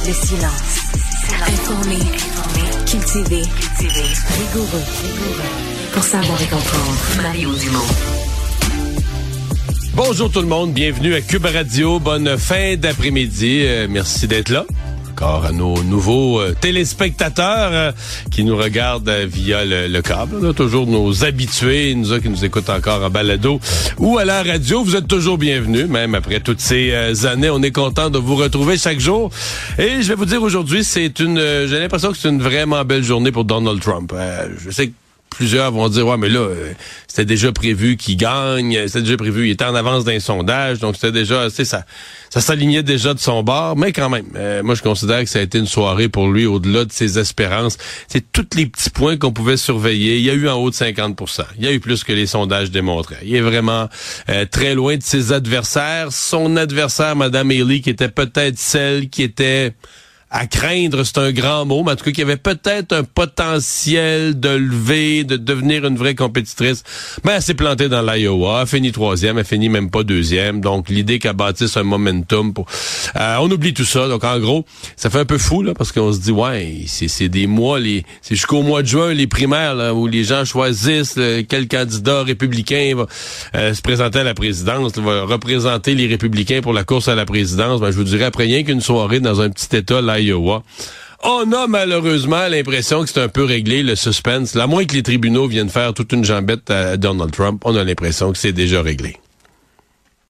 Le silence. Informé. Cultivé. Rigoureux. Pour savoir et comprendre. Mario Dumont. Bonjour tout le monde, bienvenue à Cube Radio. Bonne fin d'après-midi. Merci d'être là. Encore à nos nouveaux téléspectateurs qui nous regardent via le câble. On a toujours nos habitués, qui nous écoutent encore en balado ou à la radio. Vous êtes toujours bienvenus, même après toutes ces années. On est content de vous retrouver chaque jour. Et je vais vous dire aujourd'hui, j'ai l'impression que c'est une vraiment belle journée pour Donald Trump. Je sais que plusieurs vont dire, ouais, mais là, c'était déjà prévu qu'il gagne, c'était déjà prévu, il était en avance d'un sondage, donc c'était déjà, ça s'alignait déjà de son bord, mais quand même, moi je considère que ça a été une soirée pour lui au-delà de ses espérances. C'est tous les petits points qu'on pouvait surveiller. Il y a eu en haut de 50%. Il y a eu plus que les sondages démontraient. Il est vraiment très loin de ses adversaires. Son adversaire, Mme Haley, qui était peut-être celle qui était à craindre, c'est un grand mot, mais en tout cas, qu'il y avait peut-être un potentiel de lever, de devenir une vraie compétitrice. Mais elle s'est plantée dans l'Iowa, elle finit 3e, elle finit même pas 2e. Donc, l'idée qu'elle bâtisse un momentum on oublie tout ça. Donc, en gros, ça fait un peu fou, là, parce qu'on se dit, ouais, c'est des mois, c'est jusqu'au mois de juin, les primaires, là, où les gens choisissent quel candidat républicain va se présenter à la présidence, va représenter les républicains pour la course à la présidence. Ben, je vous dirais, après rien qu'une soirée dans un petit État, l'Iowa, on a malheureusement l'impression que c'est un peu réglé, le suspense. À moins que les tribunaux viennent faire toute une jambette à Donald Trump, on a l'impression que c'est déjà réglé.